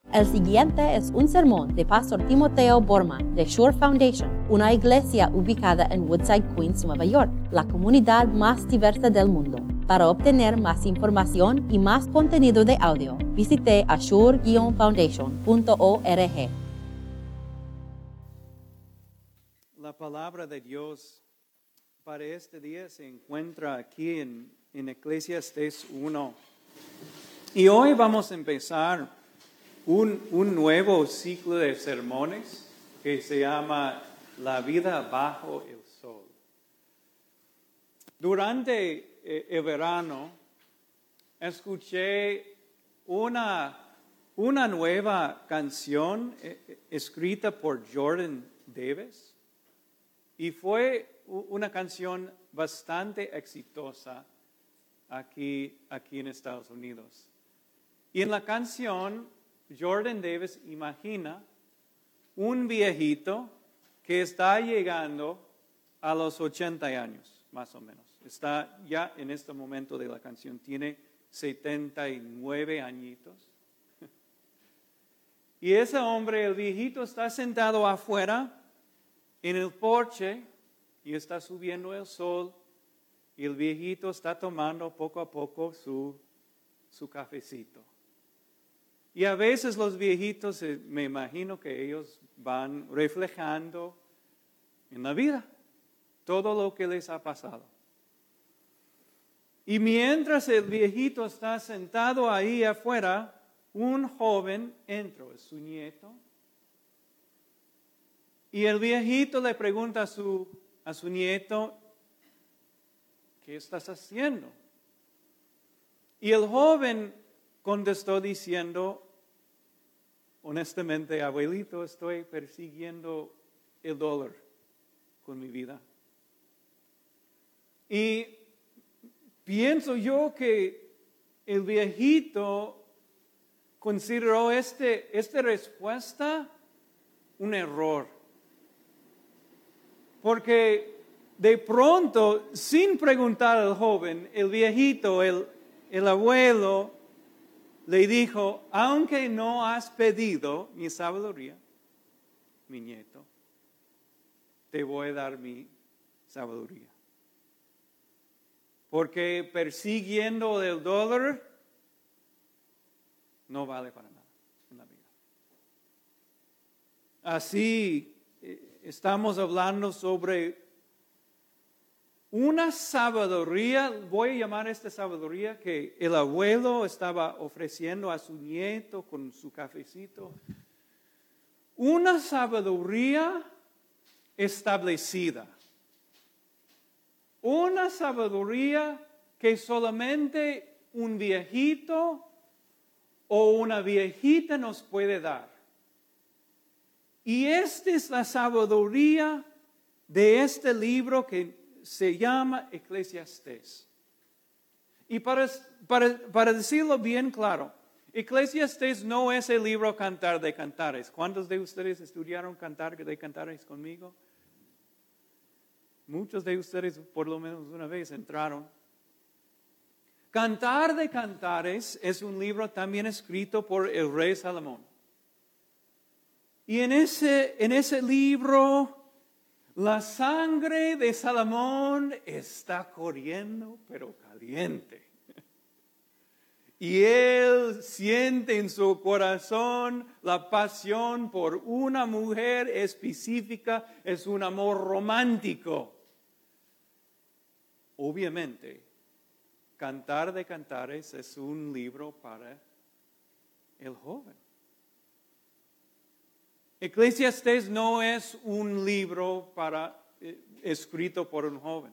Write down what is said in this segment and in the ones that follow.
El siguiente es un sermón de Pastor Timoteo Borman de Shore Foundation, una iglesia ubicada en Woodside, Queens, Nueva York, la comunidad más diversa del mundo. Para obtener más información y más contenido de audio, visite ashore-foundation.org. La palabra de Dios para este día se encuentra aquí en Eclesiastés 1. Y hoy vamos a empezar un nuevo ciclo de sermones que se llama La vida bajo el sol. Durante el verano escuché una nueva canción escrita por Jordan Davis y fue una canción bastante exitosa aquí en Estados Unidos. Y en la canción Jordan Davis imagina un viejito que está llegando a los 80 años, más o menos. Está ya en este momento de la canción, tiene 79 añitos. Y ese hombre, el viejito, está sentado afuera en el porche y está subiendo el sol y el viejito está tomando poco a poco su cafecito. Y a veces los viejitos, me imagino que ellos van reflejando en la vida todo lo que les ha pasado. Y mientras el viejito está sentado ahí afuera, un joven entró, es su nieto. Y el viejito le pregunta a su nieto, ¿qué estás haciendo? Y el joven contestó diciendo, honestamente, abuelito, estoy persiguiendo el dólar con mi vida. Y pienso yo que el viejito consideró esta respuesta un error. Porque de pronto, sin preguntar al joven, el viejito, el abuelo, le dijo, aunque no has pedido mi sabiduría, mi nieto, te voy a dar mi sabiduría. Porque persiguiendo el dólar no vale para nada en la vida. Así estamos hablando sobre una sabiduría, voy a llamar esta sabiduría que el abuelo estaba ofreciendo a su nieto con su cafecito. Una sabiduría establecida. Una sabiduría que solamente un viejito o una viejita nos puede dar. Y esta es la sabiduría de este libro que se llama Eclesiastés. Y para decirlo bien claro, Eclesiastés no es el libro Cantar de Cantares. ¿Cuántos de ustedes estudiaron Cantar de Cantares conmigo? Muchos de ustedes por lo menos una vez entraron. Cantar de Cantares es un libro también escrito por el rey Salomón. Y en ese libro la sangre de Salomón está corriendo, pero caliente. Y él siente en su corazón la pasión por una mujer específica, es un amor romántico. Obviamente, Cantar de Cantares es un libro para el joven. Eclesiastés no es un libro escrito por un joven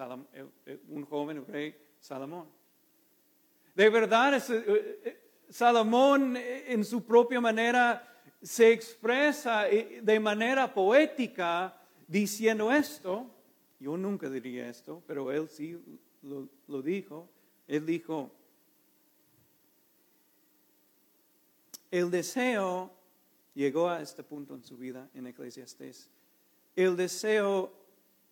rey Salomón. De verdad, Salomón en su propia manera se expresa de manera poética diciendo esto. Yo nunca diría esto, pero él sí lo dijo. Él dijo, el deseo llegó a este punto en su vida en Eclesiastés. El deseo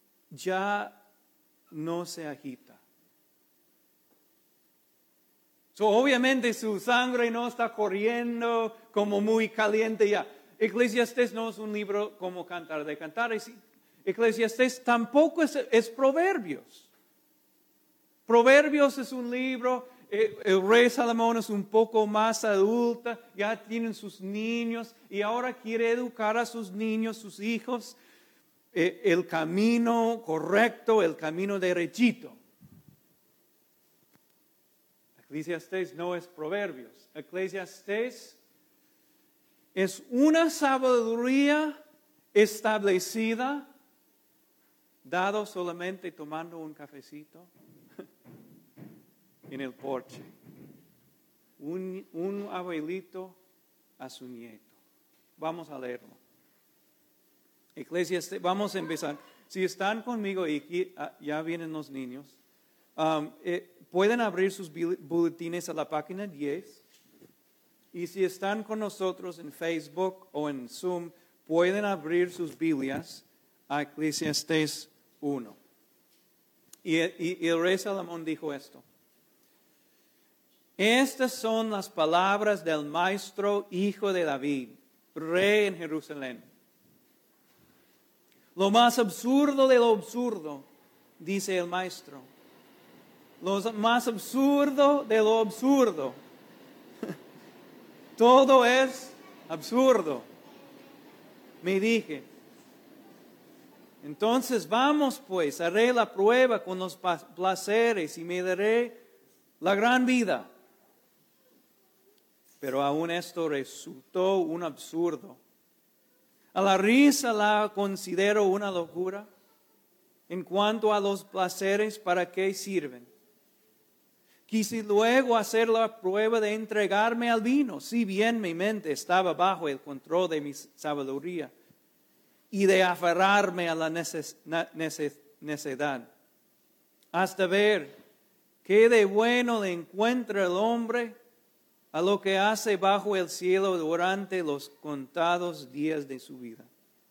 ya no se agita. So, obviamente su sangre no está corriendo como muy caliente ya. Eclesiastés no es un libro como Cantar de Cantares. Eclesiastés tampoco es Proverbios. Proverbios es un libro, el rey Salomón es un poco más adulta, ya tienen sus niños y ahora quiere educar a sus niños, sus hijos, el camino correcto, el camino derechito. Eclesiastés no es Proverbios. Eclesiastés es una sabiduría establecida, dado solamente tomando un cafecito en el porche. Un abuelito a su nieto. Vamos a leerlo. Eclesiastés, vamos a empezar. Si están conmigo y ya vienen los niños, pueden abrir sus boletines a la página 10. Y si están con nosotros en Facebook o en Zoom, pueden abrir sus Biblias a Eclesiastés 1. Y el rey Salomón dijo esto. Estas son las palabras del maestro hijo de David, rey en Jerusalén. Lo más absurdo de lo absurdo, dice el maestro. Lo más absurdo de lo absurdo. Todo es absurdo. Me dije. Entonces vamos pues, haré la prueba con los placeres y me daré la gran vida. Pero aún esto resultó un absurdo. A la risa la considero una locura. En cuanto a los placeres, ¿para qué sirven? Quise luego hacer la prueba de entregarme al vino, si bien mi mente estaba bajo el control de mi sabiduría, y de aferrarme a la necedad, hasta ver qué de bueno le encuentra el hombre a lo que hace bajo el cielo durante los contados días de su vida.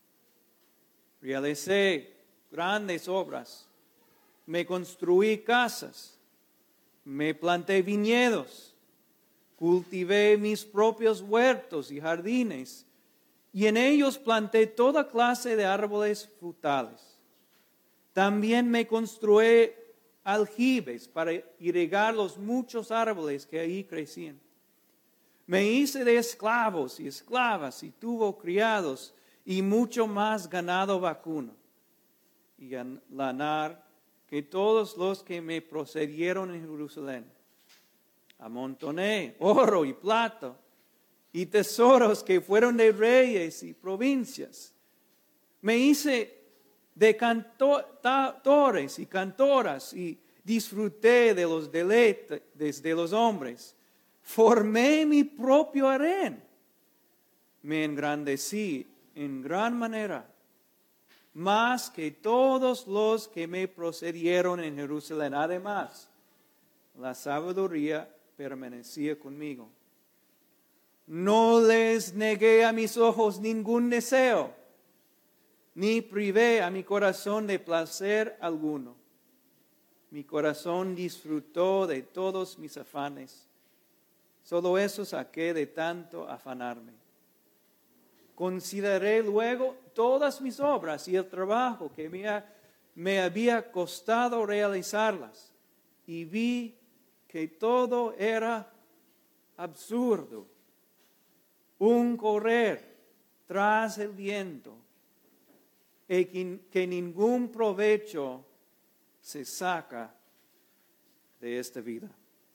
Realicé grandes obras, me construí casas, me planté viñedos, cultivé mis propios huertos y jardines, y en ellos planté toda clase de árboles frutales. También me construí aljibes para irrigar los muchos árboles que ahí crecían. Me hice de esclavos y esclavas y tuve criados y mucho más ganado vacuno y lanar que todos los que me precedieron en Jerusalén. Amontoné oro y plata y tesoros que fueron de reyes y provincias. Me hice de cantores y cantoras y disfruté de los deleites de los hombres. Formé mi propio harén. Me engrandecí en gran manera, más que todos los que me precedieron en Jerusalén. Además, la sabiduría permanecía conmigo. No les negué a mis ojos ningún deseo, ni privé a mi corazón de placer alguno. Mi corazón disfrutó de todos mis afanes. Solo eso saqué de tanto afanarme. Consideré luego todas mis obras y el trabajo que me había costado realizarlas, y vi que todo era absurdo, un correr tras el viento, y que ningún provecho se saca de esta vida.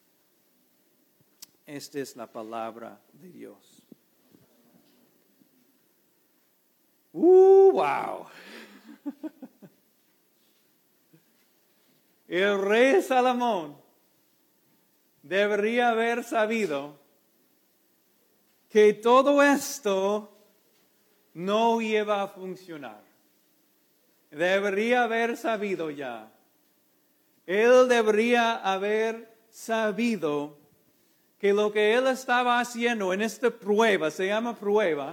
Esta es la palabra de Dios. ¡Wow! El rey Salomón debería haber sabido que todo esto no iba a funcionar. Debería haber sabido ya. Él debería haber sabido que lo que él estaba haciendo en esta prueba, se llama prueba,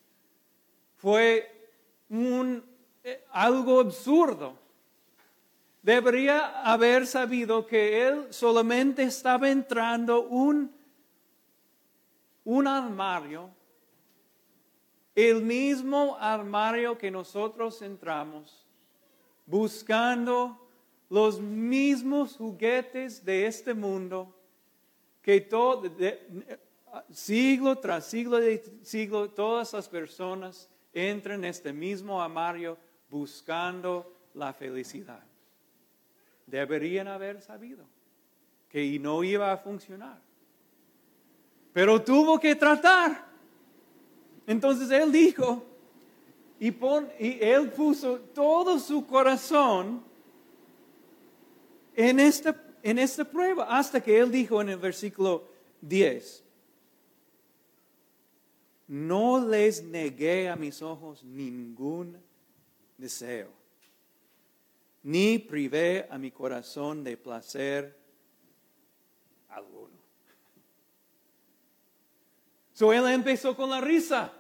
fue algo absurdo. debería haber sabido que él solamente estaba entrando un armario, el mismo armario que nosotros entramos, buscando los mismos juguetes de este mundo, que siglo tras siglo, todas las personas entran en este mismo armario buscando la felicidad. Deberían haber sabido que no iba a funcionar. Pero tuvo que tratar. Entonces él dijo, y él puso todo su corazón en esta prueba, hasta que él dijo en el versículo 10, no les negué a mis ojos ningún deseo, ni privé a mi corazón de placer alguno. So él empezó con la risa.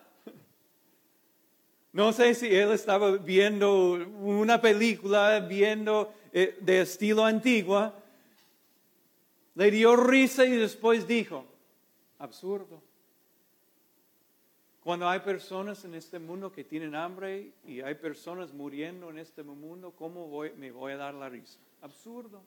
No sé si él estaba viendo una película, de estilo antigua, le dio risa y después dijo, absurdo. Cuando hay personas en este mundo que tienen hambre y hay personas muriendo en este mundo, ¿cómo me voy a dar la risa? Absurdo.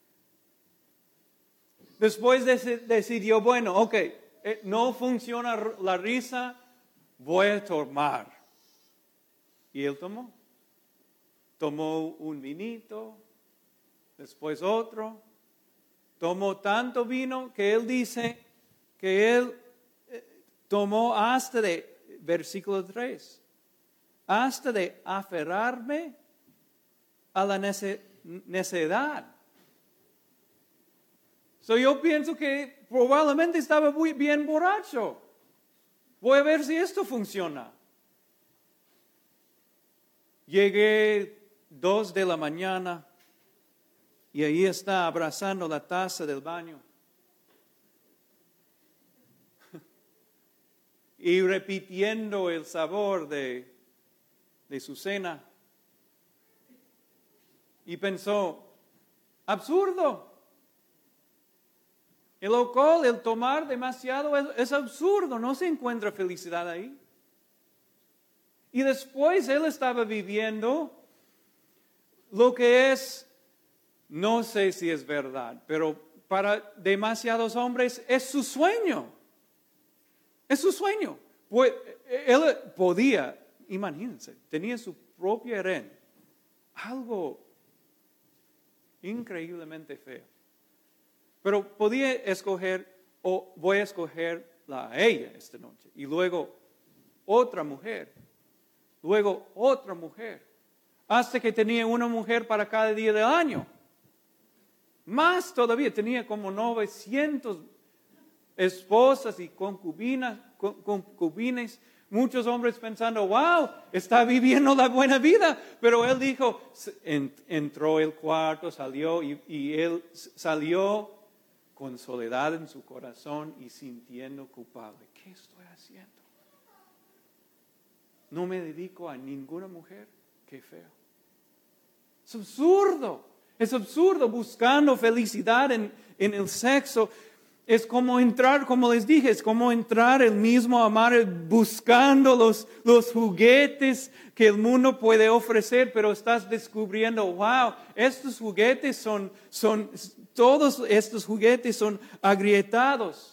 Después decidió, bueno, ok, no funciona la risa, voy a tomar. Y él tomó. Tomó un vinito, después otro. Tomó tanto vino que él dice que él tomó hasta versículo 3, hasta de aferrarme a la necedad. So yo pienso que probablemente estaba muy bien borracho. Voy a ver si esto funciona. Llegué 2 de la mañana y ahí está abrazando la taza del baño. Y repitiendo el sabor de su cena. Y pensó, absurdo. El alcohol, el tomar demasiado es absurdo, no se encuentra felicidad ahí. Y después él estaba viviendo lo que es, no sé si es verdad, pero para demasiados hombres es su sueño. Es su sueño. Pues, él podía, imagínense, tenía su propio harén. Algo increíblemente feo. Pero podía escoger, o voy a escoger a ella esta noche. Y luego otra mujer. Luego otra mujer. Hasta que tenía una mujer para cada día del año. Más todavía, tenía como 900 esposas y concubinas, muchos hombres pensando, wow, está viviendo la buena vida. Pero él dijo, entró al cuarto, salió y él salió con soledad en su corazón y sintiendo culpable. ¿Qué estoy haciendo? No me dedico a ninguna mujer. Qué feo. Es absurdo. Es absurdo buscando felicidad en el sexo. Es como entrar, como les dije, es como entrar el mismo armario buscando los juguetes que el mundo puede ofrecer, pero estás descubriendo, wow, estos juguetes todos estos juguetes son agrietados,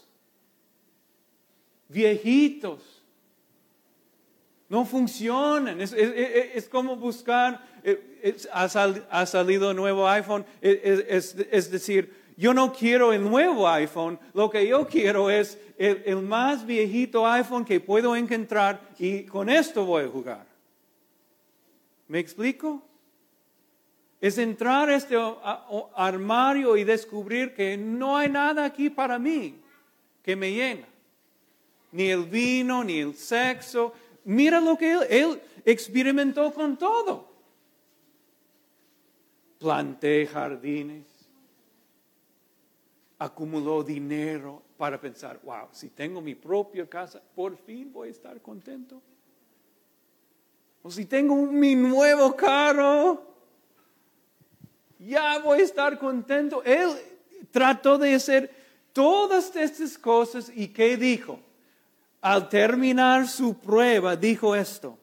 viejitos, no funcionan. Es como buscar, ha salido el nuevo iPhone, es decir, yo no quiero el nuevo iPhone, lo que yo quiero es el más viejito iPhone que puedo encontrar y con esto voy a jugar. ¿Me explico? Es entrar a este armario y descubrir que no hay nada aquí para mí que me llena. Ni el vino, ni el sexo. Mira lo que él experimentó con todo. Planté jardines. Acumuló dinero para pensar, wow, si tengo mi propia casa, por fin voy a estar contento. O si tengo mi nuevo carro, ya voy a estar contento. Él trató de hacer todas estas cosas y ¿qué dijo? Al terminar su prueba, dijo esto.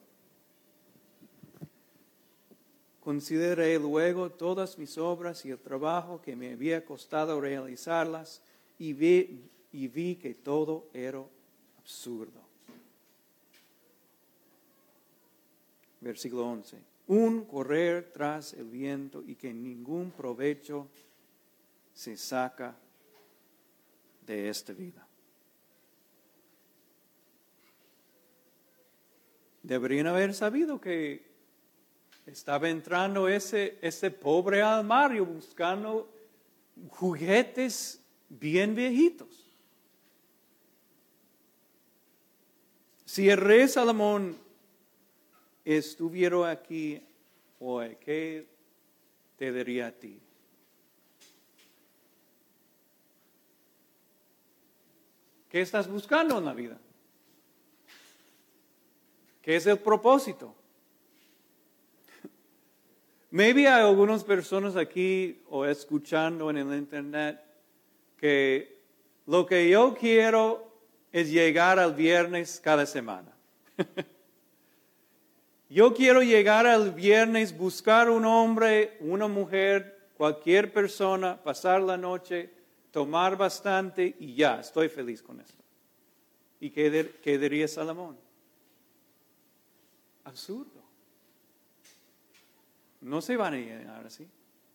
Consideré luego todas mis obras y el trabajo que me había costado realizarlas y vi que todo era absurdo. Versículo 11. Un correr tras el viento y que ningún provecho se saca de esta vida. Deberían haber sabido que estaba entrando ese pobre armario buscando juguetes bien viejitos. Si el rey Salomón estuviera aquí hoy, ¿qué te diría a ti? ¿Qué estás buscando en la vida? ¿Qué es el propósito? Maybe hay algunas personas aquí o escuchando en el internet que lo que yo quiero es llegar al viernes cada semana. Yo quiero llegar al viernes, buscar un hombre, una mujer, cualquier persona, pasar la noche, tomar bastante y ya, estoy feliz con esto. ¿Y qué diría Salomón? Absurdo. No se van a llenar así.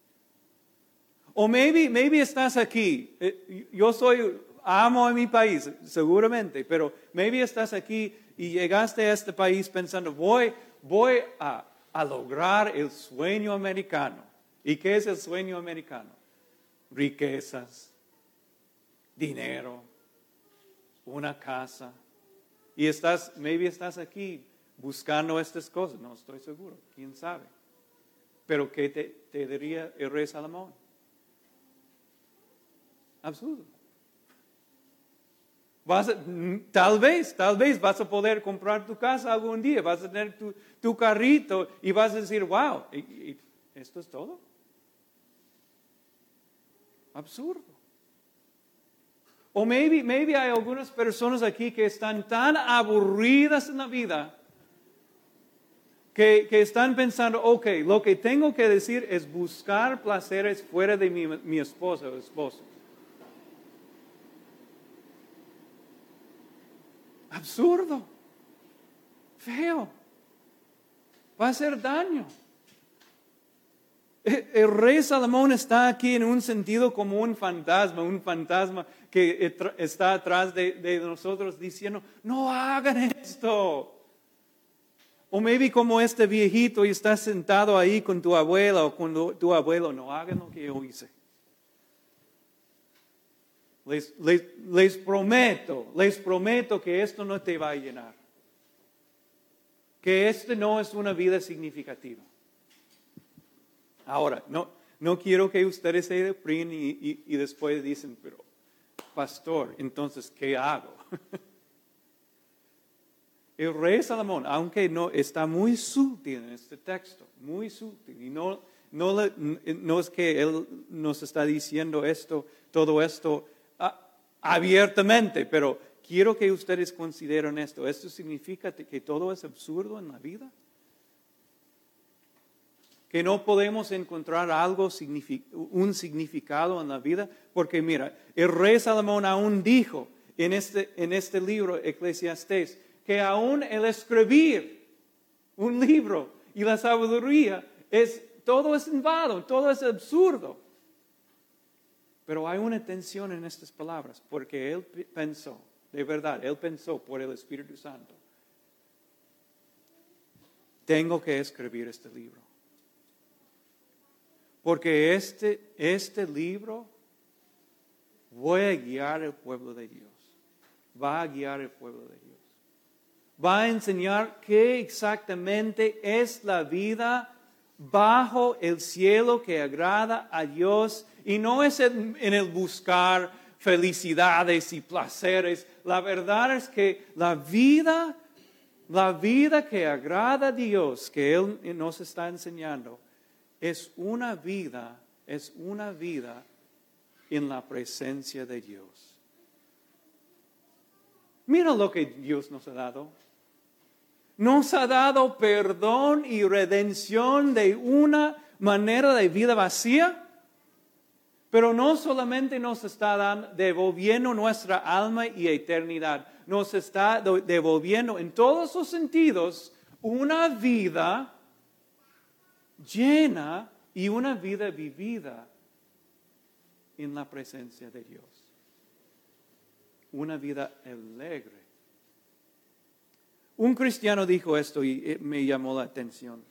O maybe estás aquí. Amo a mi país, seguramente, pero maybe estás aquí y llegaste a este país pensando, voy a lograr el sueño americano. ¿Y qué es el sueño americano? Riquezas, dinero, una casa. Y maybe estás aquí buscando estas cosas. No estoy seguro, quién sabe. Pero ¿qué te diría el rey Salomón? Absurdo. Tal vez vas a poder comprar tu casa algún día, vas a tener tu carrito y vas a decir, wow, ¿y esto es todo? Absurdo. O maybe hay algunas personas aquí que están tan aburridas en la vida que están pensando, ok, lo que tengo que decir es buscar placeres fuera de mi esposa o esposo. Absurdo. Feo. Va a hacer daño. El rey Salomón está aquí en un sentido como un fantasma que está atrás de nosotros diciendo, no hagan esto. O maybe como este viejito y estás sentado ahí con tu abuela o con tu abuelo, no hagan lo que yo hice. Les prometo que esto no te va a llenar. Que esto no es una vida significativa. Ahora, no quiero que ustedes se deprimen y después dicen, pero pastor, entonces, ¿qué hago? El rey Salomón, aunque no está muy sutil en este texto, muy sutil, y no es que él nos está diciendo todo esto abiertamente, pero quiero que ustedes consideren esto. ¿Esto significa que todo es absurdo en la vida? Que no podemos encontrar un significado en la vida, porque mira, el rey Salomón aún dijo en este libro, Eclesiastés, que aún el escribir un libro y la sabiduría todo es en vano, todo es absurdo. Pero hay una tensión en estas palabras, porque él pensó, de verdad, él pensó por el Espíritu Santo, tengo que escribir este libro. Porque este libro voy a guiar al pueblo de Dios. Va a guiar al pueblo de Dios. Va a enseñar qué exactamente es la vida bajo el cielo que agrada a Dios. Y no es en el buscar felicidades y placeres. La verdad es que la vida que agrada a Dios, que Él nos está enseñando, es una vida es una vida en la presencia de Dios. Mira lo que Dios nos ha dado. Nos ha dado perdón y redención de una manera de vida vacía, pero no solamente nos está devolviendo nuestra alma y eternidad, nos está devolviendo en todos los sentidos una vida llena y una vida vivida en la presencia de Dios. Una vida alegre. Un cristiano dijo esto y me llamó la atención.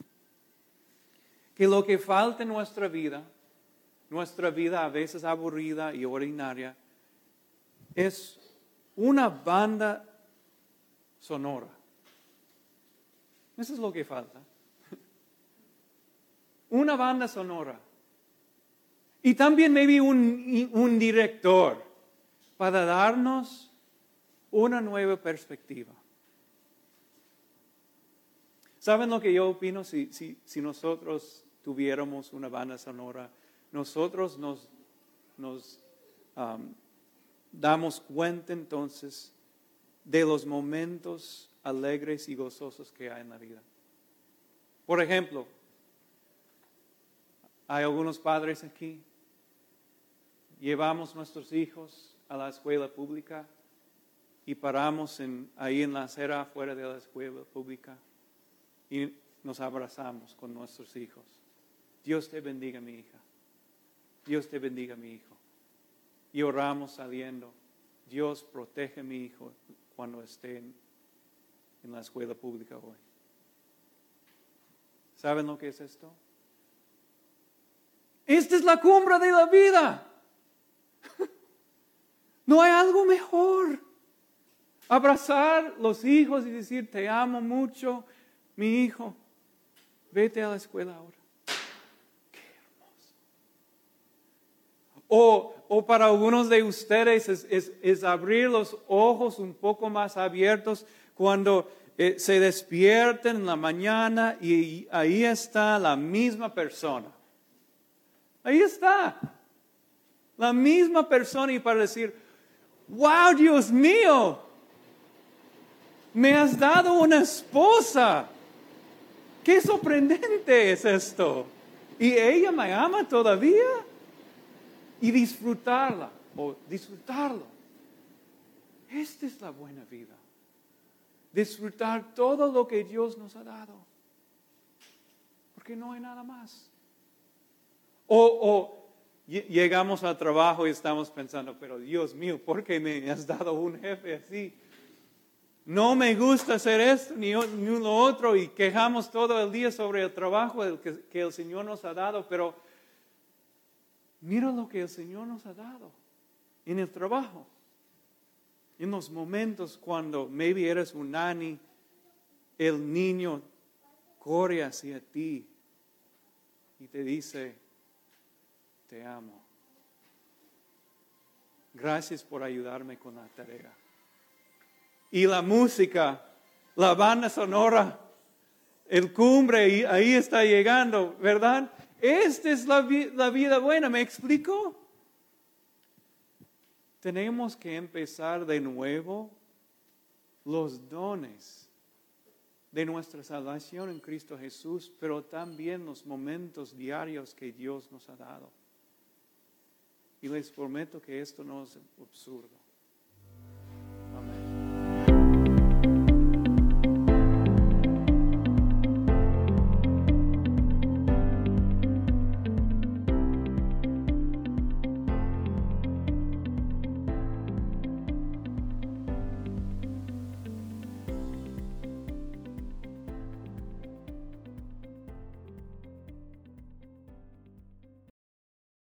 Que lo que falta en nuestra vida a veces aburrida y ordinaria, es una banda sonora. Eso es lo que falta. Una banda sonora. Y también maybe un director para darnos una nueva perspectiva. ¿Saben lo que yo opino? Si nosotros tuviéramos una banda sonora, nosotros nos damos cuenta entonces de los momentos alegres y gozosos que hay en la vida. Por ejemplo, hay algunos padres aquí, llevamos nuestros hijos a la escuela pública y paramos ahí en la acera afuera de la escuela pública y nos abrazamos con nuestros hijos. Dios te bendiga, mi hija. Dios te bendiga, mi hijo. Y oramos saliendo. Dios protege a mi hijo cuando esté en la escuela pública hoy. ¿Saben lo que es esto? Esta es la cumbre de la vida. No hay algo mejor. Abrazar los hijos y decir, te amo mucho, mi hijo. Vete a la escuela ahora. O para algunos de ustedes es abrir los ojos un poco más abiertos cuando se despierten en la mañana y ahí está la misma persona. Ahí está. La misma persona y para decir, wow, Dios mío, me has dado una esposa. Qué sorprendente es esto. Y ella me ama todavía. Y disfrutarla o disfrutarlo. Esta es la buena vida. Disfrutar todo lo que Dios nos ha dado. Porque no hay nada más. O llegamos al trabajo y estamos pensando, pero Dios mío, ¿por qué me has dado un jefe así? No me gusta hacer esto ni lo otro y quejamos todo el día sobre el trabajo que el Señor nos ha dado, pero mira lo que el Señor nos ha dado en el trabajo. En los momentos cuando maybe eres un nani, el niño corre hacia ti y te dice, te amo. Gracias por ayudarme con la tarea. Y la música, la banda sonora, el cumbre, ahí está llegando, ¿verdad? Esta es la vida buena, ¿me explico? Tenemos que empezar de nuevo los dones de nuestra salvación en Cristo Jesús, pero también los momentos diarios que Dios nos ha dado. Y les prometo que esto no es absurdo.